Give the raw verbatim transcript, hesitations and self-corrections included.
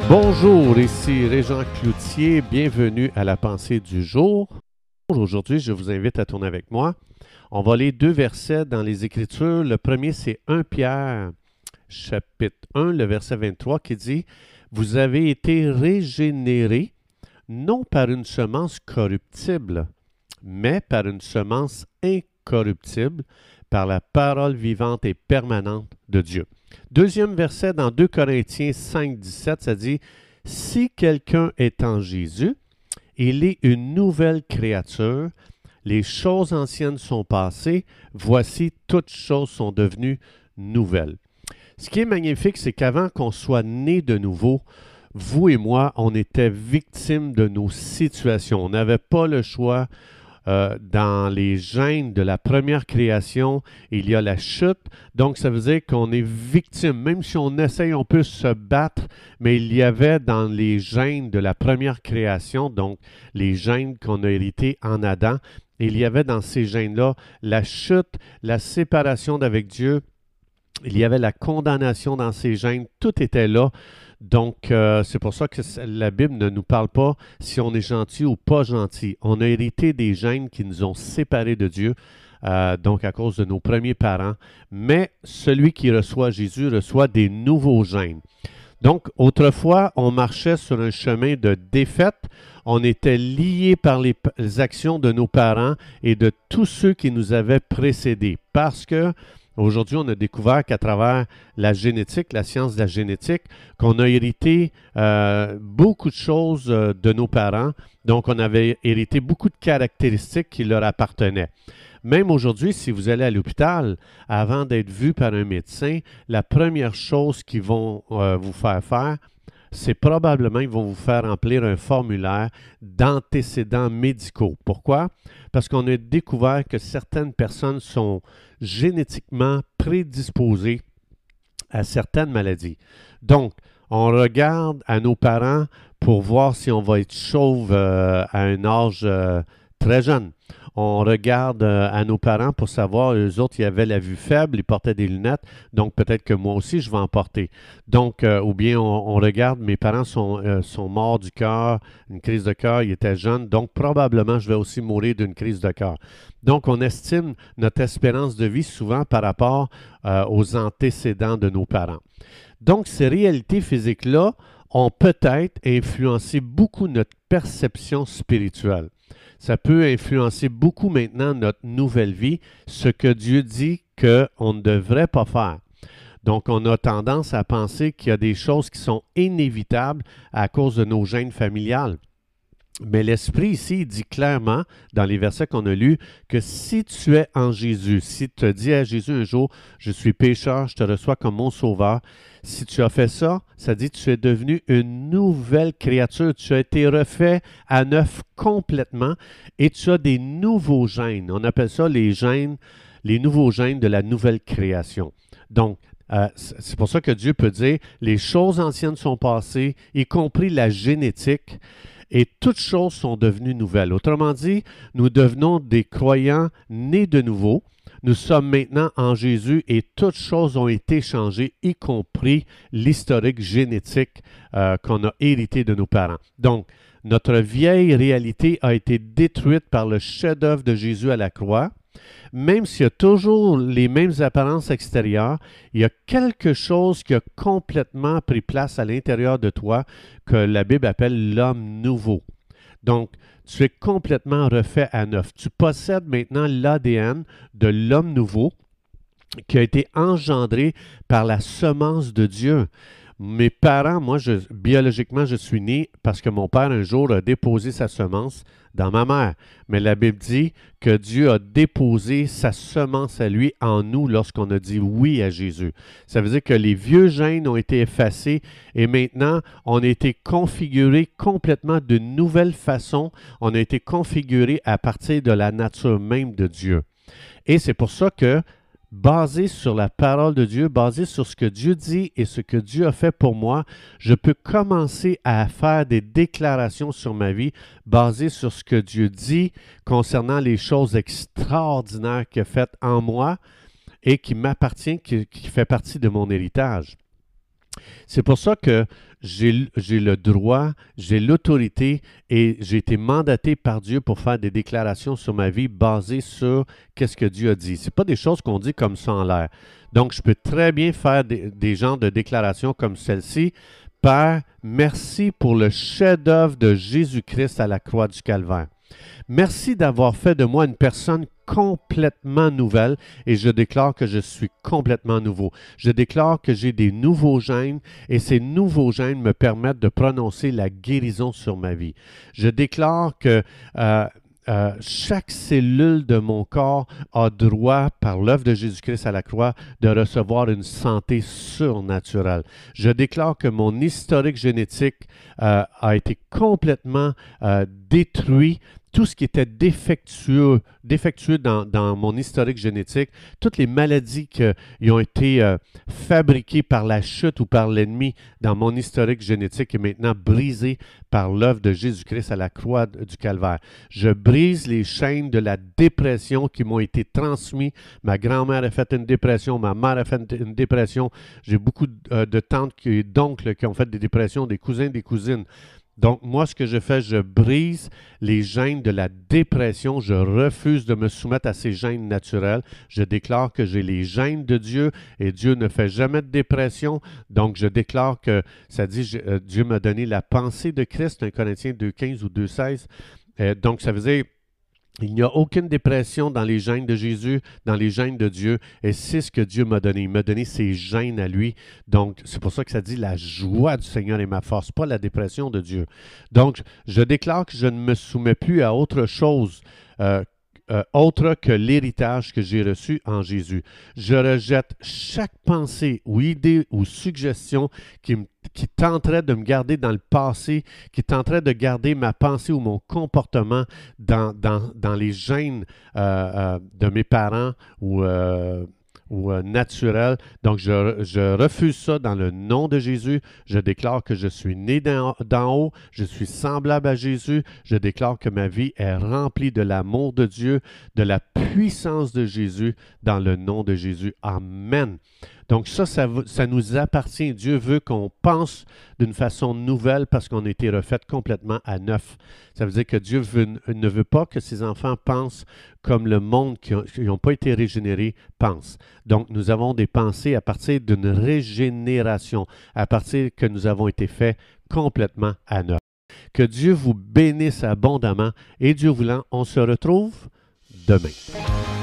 Bonjour, ici Régent Cloutier, bienvenue à la pensée du jour. Aujourd'hui, je vous invite à tourner avec moi. On va lire deux versets dans les Écritures. Le premier, c'est premier Pierre, chapitre un, le verset vingt-trois, qui dit « Vous avez été régénérés, non par une semence corruptible, mais par une semence incorruptible, par la parole vivante et permanente de Dieu. » Deuxième verset dans deux Corinthiens cinq, dix-sept, ça dit « Si quelqu'un est en Jésus, il est une nouvelle créature. Les choses anciennes sont passées. Voici, toutes choses sont devenues nouvelles. » Ce qui est magnifique, c'est qu'avant qu'on soit né de nouveau, vous et moi, on était victimes de nos situations. On n'avait pas le choix. Euh, dans les gènes de la première création, il y a la chute. Donc, ça veut dire qu'on est victime. Même si on essaye, on peut se battre, mais il y avait dans les gènes de la première création, donc les gènes qu'on a hérités en Adam, il y avait dans ces gènes-là la chute, la séparation d'avec Dieu. Il y avait la condamnation dans ces gènes. Tout était là. Donc, euh, c'est pour ça que la Bible ne nous parle pas si on est gentil ou pas gentil. On a hérité des gènes qui nous ont séparés de Dieu, euh, donc à cause de nos premiers parents. Mais celui qui reçoit Jésus reçoit des nouveaux gènes. Donc, autrefois, on marchait sur un chemin de défaite. On était liés par les, les actions de nos parents et de tous ceux qui nous avaient précédés. Parce que aujourd'hui, on a découvert qu'à travers la génétique, la science de la génétique, qu'on a hérité euh, beaucoup de choses euh, de nos parents. Donc, on avait hérité beaucoup de caractéristiques qui leur appartenaient. Même aujourd'hui, si vous allez à l'hôpital, avant d'être vu par un médecin, la première chose qu'ils vont euh, vous faire faire, c'est probablement qu'ils vont vous faire remplir un formulaire d'antécédents médicaux. Pourquoi? Parce qu'on a découvert que certaines personnes sont génétiquement prédisposées à certaines maladies. Donc, on regarde à nos parents pour voir si on va être chauve euh, à un âge euh, très jeune. On regarde euh, à nos parents pour savoir, eux autres, ils avaient la vue faible, ils portaient des lunettes, donc peut-être que moi aussi, je vais en porter. Donc, euh, ou bien on, on regarde, mes parents sont, euh, sont morts du cœur, une crise de cœur, ils étaient jeunes, donc probablement je vais aussi mourir d'une crise de cœur. Donc, on estime notre espérance de vie souvent par rapport euh, aux antécédents de nos parents. Donc, ces réalités physiques-là ont peut-être influencé beaucoup notre perception spirituelle. Ça peut influencer beaucoup maintenant notre nouvelle vie, ce que Dieu dit qu'on ne devrait pas faire. Donc, on a tendance à penser qu'il y a des choses qui sont inévitables à cause de nos gènes familiales. Mais l'Esprit ici dit clairement, dans les versets qu'on a lus, que si tu es en Jésus, si tu as dit à Jésus un jour, je suis pécheur, je te reçois comme mon sauveur, si tu as fait ça, ça dit que tu es devenu une nouvelle créature, tu as été refait à neuf complètement et tu as des nouveaux gènes. On appelle ça les gènes, les nouveaux gènes de la nouvelle création. Donc, Euh, c'est pour ça que Dieu peut dire, les choses anciennes sont passées, y compris la génétique, et toutes choses sont devenues nouvelles. Autrement dit, nous devenons des croyants nés de nouveau. Nous sommes maintenant en Jésus et toutes choses ont été changées, y compris l'historique génétique euh, qu'on a hérité de nos parents. Donc, notre vieille réalité a été détruite par le chef-d'œuvre de Jésus à la croix. Même s'il y a toujours les mêmes apparences extérieures, il y a quelque chose qui a complètement pris place à l'intérieur de toi que la Bible appelle l'homme nouveau. Donc, tu es complètement refait à neuf. Tu possèdes maintenant l'A D N de l'homme nouveau qui a été engendré par la semence de Dieu. Mes parents, moi, je, biologiquement, je suis né parce que mon père, un jour, a déposé sa semence dans ma mère. Mais la Bible dit que Dieu a déposé sa semence à lui en nous lorsqu'on a dit oui à Jésus. Ça veut dire que les vieux gènes ont été effacés et maintenant, on a été configuré complètement d'une nouvelle façon. On a été configuré à partir de la nature même de Dieu. Et c'est pour ça que basé sur la parole de Dieu, basé sur ce que Dieu dit et ce que Dieu a fait pour moi, je peux commencer à faire des déclarations sur ma vie basées sur ce que Dieu dit concernant les choses extraordinaires qu'il a faites en moi et qui m'appartient, qui, qui fait partie de mon héritage. C'est pour ça que j'ai, j'ai le droit, j'ai l'autorité et j'ai été mandaté par Dieu pour faire des déclarations sur ma vie basées sur qu'est-ce que Dieu a dit. Ce n'est pas des choses qu'on dit comme ça en l'air. Donc, je peux très bien faire des, des genres de déclarations comme celle-ci. Père, merci pour le chef-d'œuvre de Jésus-Christ à la croix du Calvaire. Merci d'avoir fait de moi une personne complètement nouvelle et je déclare que je suis complètement nouveau. Je déclare que j'ai des nouveaux gènes et ces nouveaux gènes me permettent de prononcer la guérison sur ma vie. Je déclare que euh, Euh, chaque cellule de mon corps a droit, par l'œuvre de Jésus-Christ à la croix, de recevoir une santé surnaturelle. Je déclare que mon historique génétique euh, a été complètement euh, détruit. Tout ce qui était défectueux, défectueux dans, dans mon historique génétique, toutes les maladies qui ont été euh, fabriquées par la chute ou par l'ennemi dans mon historique génétique est maintenant brisé par l'œuvre de Jésus-Christ à la croix du Calvaire. Je brise les chaînes de la dépression qui m'ont été transmises. Ma grand-mère a fait une dépression, ma mère a fait une dépression. J'ai beaucoup de, de tantes et d'oncles qui ont fait des dépressions, des cousins, des cousines. Donc, moi, ce que je fais, je brise les gènes de la dépression. Je refuse de me soumettre à ces gènes naturels. Je déclare que j'ai les gènes de Dieu et Dieu ne fait jamais de dépression. Donc, je déclare que, ça dit, je, euh, Dieu m'a donné la pensée de Christ, un Corinthiens deux quinze ou deux seize. Euh, donc, ça veut dire... Il n'y a aucune dépression dans les gènes de Jésus, dans les gènes de Dieu, et c'est ce que Dieu m'a donné. Il m'a donné ses gènes à lui. Donc, c'est pour ça que ça dit la joie du Seigneur est ma force, pas la dépression de Dieu. Donc, je déclare que je ne me soumets plus à autre chose euh, euh, autre que l'héritage que j'ai reçu en Jésus. Je rejette chaque pensée ou idée ou suggestion qui me qui tenterait de me garder dans le passé, qui tenterait de garder ma pensée ou mon comportement dans, dans, dans les gènes euh, euh, de mes parents ou, euh, ou euh, naturels. Donc, je, je refuse ça dans le nom de Jésus. Je déclare que je suis né d'en, d'en haut, je suis semblable à Jésus. Je déclare que ma vie est remplie de l'amour de Dieu, de la puissance de Jésus dans le nom de Jésus. Amen. Donc ça, ça, ça nous appartient. Dieu veut qu'on pense d'une façon nouvelle parce qu'on a été refait complètement à neuf. Ça veut dire que Dieu veut, ne veut pas que ses enfants pensent comme le monde qui n'ont pas été régénérés pense. Donc nous avons des pensées à partir d'une régénération, à partir que nous avons été faits complètement à neuf. Que Dieu vous bénisse abondamment et Dieu voulant, on se retrouve demain.